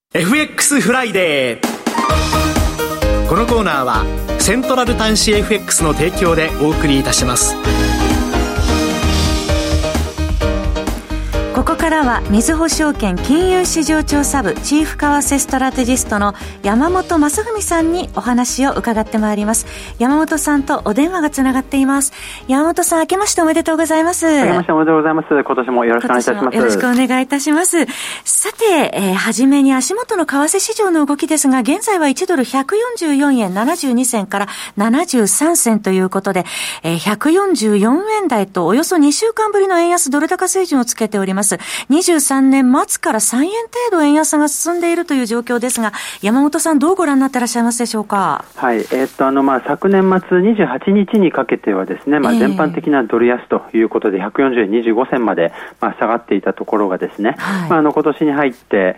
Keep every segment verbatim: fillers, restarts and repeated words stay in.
エフエックス フライデー。このコーナーはセントラル端子 エフエックス の提供でお送りいたします。 ここからはみずほ証券金融市場調査部チーフ為替ストラテジストの山本正文さんにお話を伺ってまいります。山本さんとお電話がつながっています。山本さん、明けましておめでとうございます。 明けましておめでとうございます。今年もよろしくお願いいたします。 よろしくお願いいたします。さて、えー、初めに足元の為替市場の動きですが、現在はいちドルひゃくよんじゅうよんえんななじゅうにせんからななじゅうさんせんということで、えー、ひゃくよんじゅうよんえん台とおよそにしゅうかんぶりの円安ドル高水準をつけております。にじゅうさんねん末からさんえん程度円安が進んでいるという状況ですが、山本さん、どうご覧になっていらっしゃいますでしょうか。 はい、えー、っとあのまあ昨年末にじゅうはちにちにかけてはですね、まあ、全般的なドル安ということでひゃくよんじゅうえんにじゅうごせんまでまあ下がっていたところがですね、はい、まあ、あの今年に入って、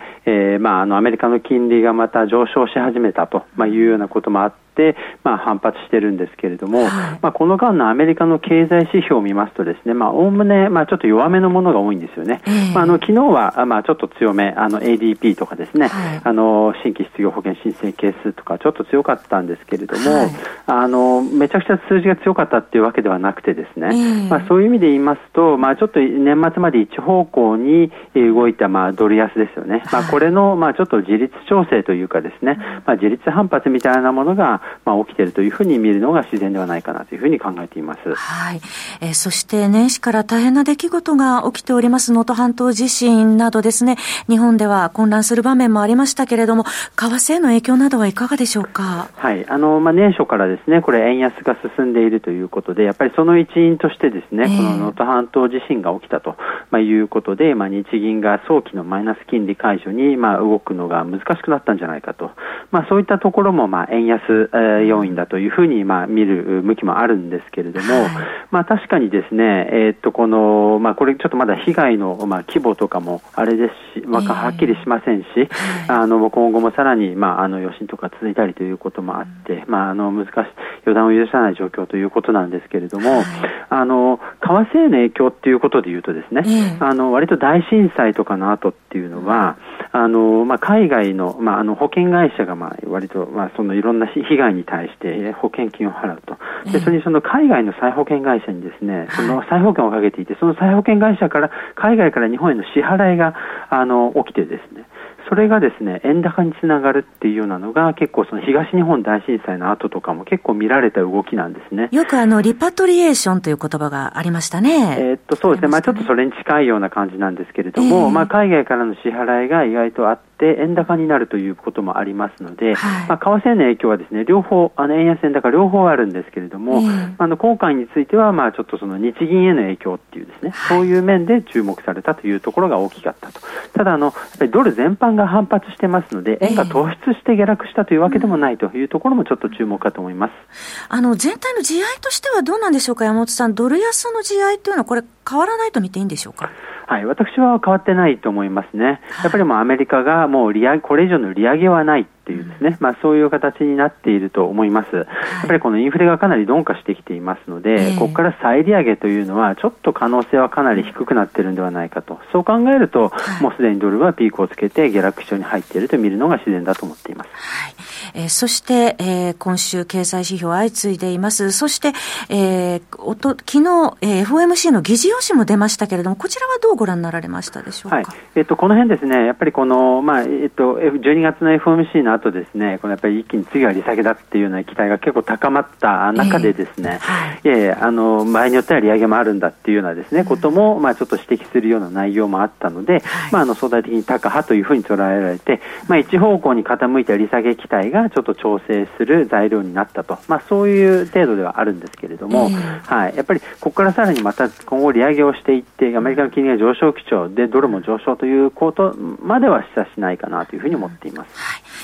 えーまあ、あのアメリカの金利がまた上昇し始めたというようなこともあってでまあ、反発してるんですけれども、はい、まあ、この間のアメリカの経済指標を見ますとですね、おおむねまあちょっと弱めのものが多いんですよね。えーまあ、あの昨日はまあちょっと強め、あの エーディーピー とかですね、はい、あの新規失業保険申請件数とかちょっと強かったんですけれども、はい、あのめちゃくちゃ数字が強かったっていうわけではなくてですね、えーまあ、そういう意味で言いますと、まあ、ちょっと年末まで一方向に動いたまあドル安ですよね。はい、まあ、これのまあちょっと自律調整というかですね、まあ、自律反発みたいなものがまあ起きているというふうに見るのが自然ではないかなというふうに考えています。 はい、えー、そして年始から大変な出来事が起きております能登半島地震などですね、日本では混乱する場面もありましたけれども、為替への影響などはいかがでしょうか。 はい、あのまあ、年初からですね、これ円安が進んでいるということで、やっぱりその一因としてですね、えー、この能登半島地震が起きたと、まあ、いうことで、まあ、日銀が早期のマイナス金利解除にまあ動くのが難しくなったんじゃないかと、まあ、そういったところもまあ円安、えー、要因だというふうにまあ見る向きもあるんですけれども、はい、まあ、確かにですね、えー、っとこのまあ、これちょっとまだ被害のまあ規模とかもあれですし、まあ、はっきりしませんし、えー、あの今後もさらにまああの余震とか続いたりということもあって、うん、まあ、あの難しい予断を許さない状況ということなんですけれども、はい、あの為替への影響っていうことでいうとですね、えー、あの割と大震災とかの後っていうのは、うん、あのまあ、海外のまああの保険会社がまあ割とまあそのいろんな被害に対して保険金を払うと、でそれにその海外の再保険会社にですね、その再保険をかけていて、その再保険会社から海外から日本への支払いがあの起きてですね、それがですね円高につながるっていうようなのが結構その東日本大震災の後とかも結構見られた動きなんですね。 よくあのリパトリエーションという言葉がありましたね。 えー、っとそうですね、まあ、ちょっとそれに近いような感じなんですけれども、えーまあ、海外からの支払いが意外とあって円高になるということもありますので、はい、まあ、為替への影響はですね両方あの円安円高両方あるんですけれども、えー、あの今回についてはまあちょっとその日銀への影響っていうですね、はい、そういう面で注目されたというところが大きかったと。ただあのやっぱりドル全般が反発してますので、円が突出して下落したというわけでもないというところもちょっと注目かと思います。 あの全体の地合いとしてはどうなんでしょうか。山本さん、ドル安の地合いというのはこれ変わらないと見ていいんでしょうか。 はい、私は変わってないと思いますね。やっぱりもうアメリカがもう利上げ、これ以上の利上げはないっていうですね、まあ、そういう形になっていると思います。やっぱりこのインフレがかなり鈍化してきていますので、えー、ここから再利上げというのはちょっと可能性はかなり低くなっているんではないかと、そう考えると、はい、もうすでにドルはピークをつけて下落基調に入っていると見るのが自然だと思っています。 はい、えー、そして、えー、今週経済指標相次いでいます。そして、えー、おと昨日、えー、エフオーエムシー の議事要旨も出ましたけれども、こちらはどうご覧になられましたでしょうか。はい、 えっと、この辺ですね、やっぱりこの、まあえっと、じゅうにがつの エフオーエムシー の後ですね、このやっぱり一気に次は利下げだっていうような期待が結構高まった中でですね、えーはい、いやいやあの場合によっては利上げもあるんだっていうようなですね、うん、ことも、まあ、ちょっと指摘するような内容もあったので、はい、まあ、あの相対的に高派というふうに捉えられて、まあ、一方向に傾いた利下げ期待がちょっと調整する材料になったと、まあ、そういう程度ではあるんですけれども、えーはい、やっぱりここからさらにまた今後利上げをしていってアメリカの金利が上昇基調でドルも上昇ということまでは示唆しないかなというふうに思っています。 はい、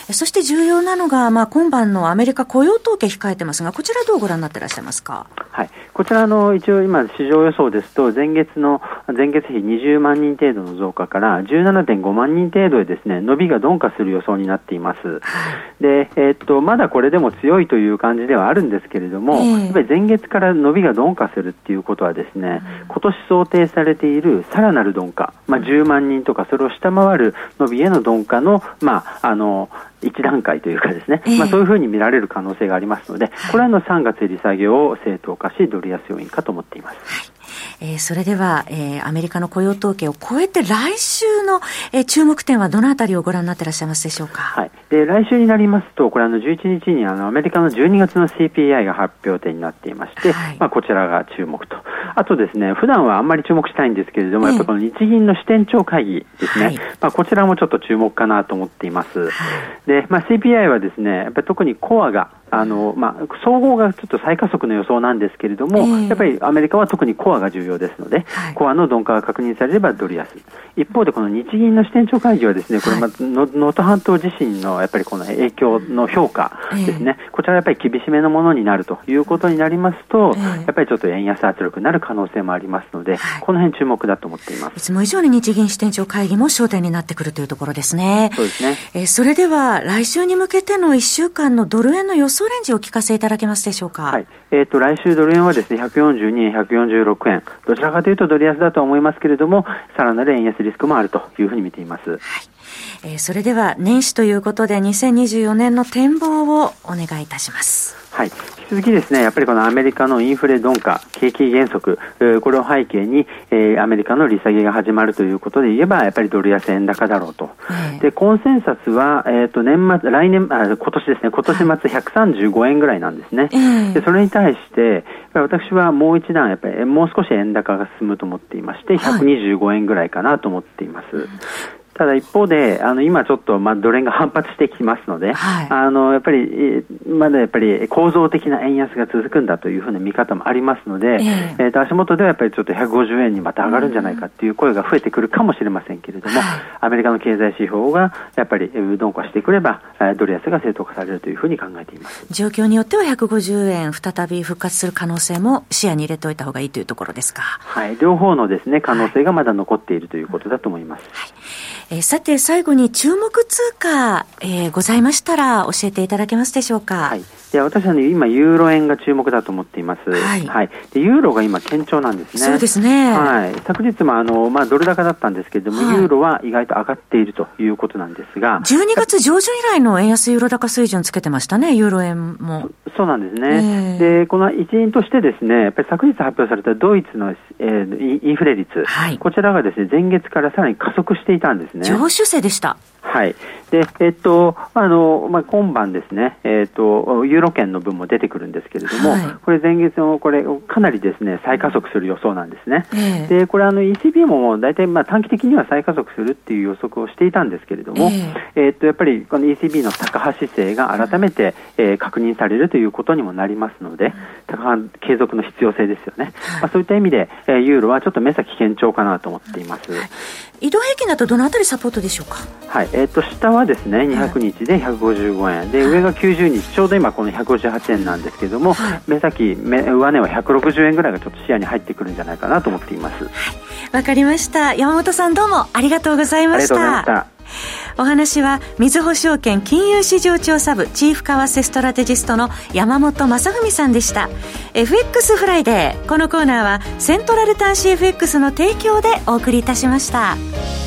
そして重要なのが、まあ、今晩のアメリカ雇用統計控えてますが、こちらどうご覧になっていらっしゃいますか。 はい、こちらの一応今市場予想ですと、前月の前月比にじゅうまんにん程度の増加からじゅうななてんごまんにん程度でですね、伸びが鈍化する予想になっています。で、えー、っとまだこれでも強いという感じではあるんですけれども、えー、やっぱり前月から伸びが鈍化するっていうことはですね、うん、今年想定されているさらなる鈍化、まあ、じゅうまんにんとかそれを下回る伸びへの鈍化の、まあ、あの一段階というかですね、えーまあ、そういうふうに見られる可能性がありますので、これはのさんがつ利下げを正当化しドル安要因かと思っています。 はい、えー、それでは、えー、アメリカの雇用統計を超えて来週の、えー、注目点はどのあたりをご覧になっていらっしゃいますでしょうか。 はい、で来週になりますと、これあのじゅういちにちにあのアメリカのじゅうにがつの シーピーアイ が発表点になっていまして、はい、まあ、こちらが注目と。あとですね、普段はあんまり注目したいんですけれども、えー、やっぱりこの日銀の支店長会議ですね、はい、まあ、こちらもちょっと注目かなと思っています。はい、で、まあ、シーピーアイ はですね、やっぱり特にコアがあのまあ、総合がちょっと再加速の予想なんですけれども、えー、やっぱりアメリカは特にコアが重要ですので、はい、コアの鈍化が確認されればドル安。一方でこの日銀の支店長会議はですね、これまた能登半島地震のやっぱりこの影響の評価ですね、えー、こちらはやっぱり厳しめのものになるということになりますと、えー、やっぱりちょっと円安圧力になる可能性もありますので、はい、この辺注目だと思っています。 いつも以上に日銀支店長会議も焦点になってくるというところですね。 そうですね。 えー、それでは来週に向けてのいっしゅうかんのドル円の予想レンジを聞かせいただけますでしょうか。 はい、えーと、来週ドル円はですね、ひゃくよんじゅうにえん、ひゃくよんじゅうろくえん、どちらかというとドル安だと思いますけれども、さらなる円安リスクもあるというふうに見ています。はい、 えー、それでは年始ということでにせんにじゅうよねんの展望をお願いいたします。 はい、引き続きですね、やっぱりこのアメリカのインフレ鈍化、景気減速、これを背景に、えー、アメリカの利下げが始まるということで言えば、やっぱりドル安円高だろうと。えー、で、コンセンサスは、えーと、年末、来年、あ、今年ですね、今年末ひゃくさんじゅうごえんぐらいなんですね。えー、で、それに対して、私はもう一段、やっぱりもう少し円高が進むと思っていまして、ひゃくにじゅうごえんぐらいかなと思っています。はい、ただ一方で、あの今ちょっとまあドル円が反発してきますので、はい、あのやっぱりまだやっぱり構造的な円安が続くんだというふうな見方もありますので、えーえー、と足元ではやっぱりちょっとひゃくごじゅうえんにまた上がるんじゃないかという声が増えてくるかもしれませんけれども、はい、アメリカの経済指標がやっぱり鈍化してくればドル安が正当化されるというふうに考えています。 状況によってはひゃくごじゅうえん再び復活する可能性も視野に入れておいた方がいいというところですか。 はい、両方のですね可能性がまだ残っているということだと思います。はい、 えー、さて最後に注目通貨、えー、ございましたら教えていただけますでしょうか。 はい、で私は、ね、今ユーロ円が注目だと思っています。はいはい、でユーロが今堅調なんですね。 そうですね。 はい、昨日もあの、まあ、ドル高だったんですけれども、はい、ユーロは意外と上がっているということなんですが、 じゅうにがつ上旬以来の円安ユーロ高水準つけてましたね、ユーロ円も。 そ, そうなんですね。でこの一因としてですね、やっぱり昨日発表されたドイツの、えー、インフレ率、はい、こちらがですね前月からさらに加速していたんですね。 上修正でした。 はい。で、えっと、あの、まあ、今晩ですね、えっと、ユーロ圏の分も出てくるんですけれども、はい、これ前月の、これ、かなりですね、再加速する予想なんですね。えー、で、これあの、イーシービー ももう大体、まあ、短期的には再加速するっていう予測をしていたんですけれども、えー、えっと、やっぱり、この イーシービー の高派姿勢が改めて、えー、確認されるということにもなりますので、高派継続の必要性ですよね。はい、まあ、そういった意味で、えー、ユーロはちょっと目先堅調かなと思っています。はい、 移動平均だとどのあたりサポートでしょうか。 はい、えー、と下はですねにひゃくにちでひゃくごじゅうごえんで、上がきゅうじゅうにち、ちょうど今このひゃくごじゅうはちえんなんですけれども、はい、目先目上値はひゃくろくじゅうえんぐらいがちょっと視野に入ってくるんじゃないかなと思っています。 はい、わかりました。山本さんどうもありがとうございました。ありがとうございました。お話はみずほ証券金融市場調査部チーフ為替ストラテジストの山本正文さんでした。 エフエックス フライデー、このコーナーはセントラル端子 エフエックス の提供でお送りいたしました。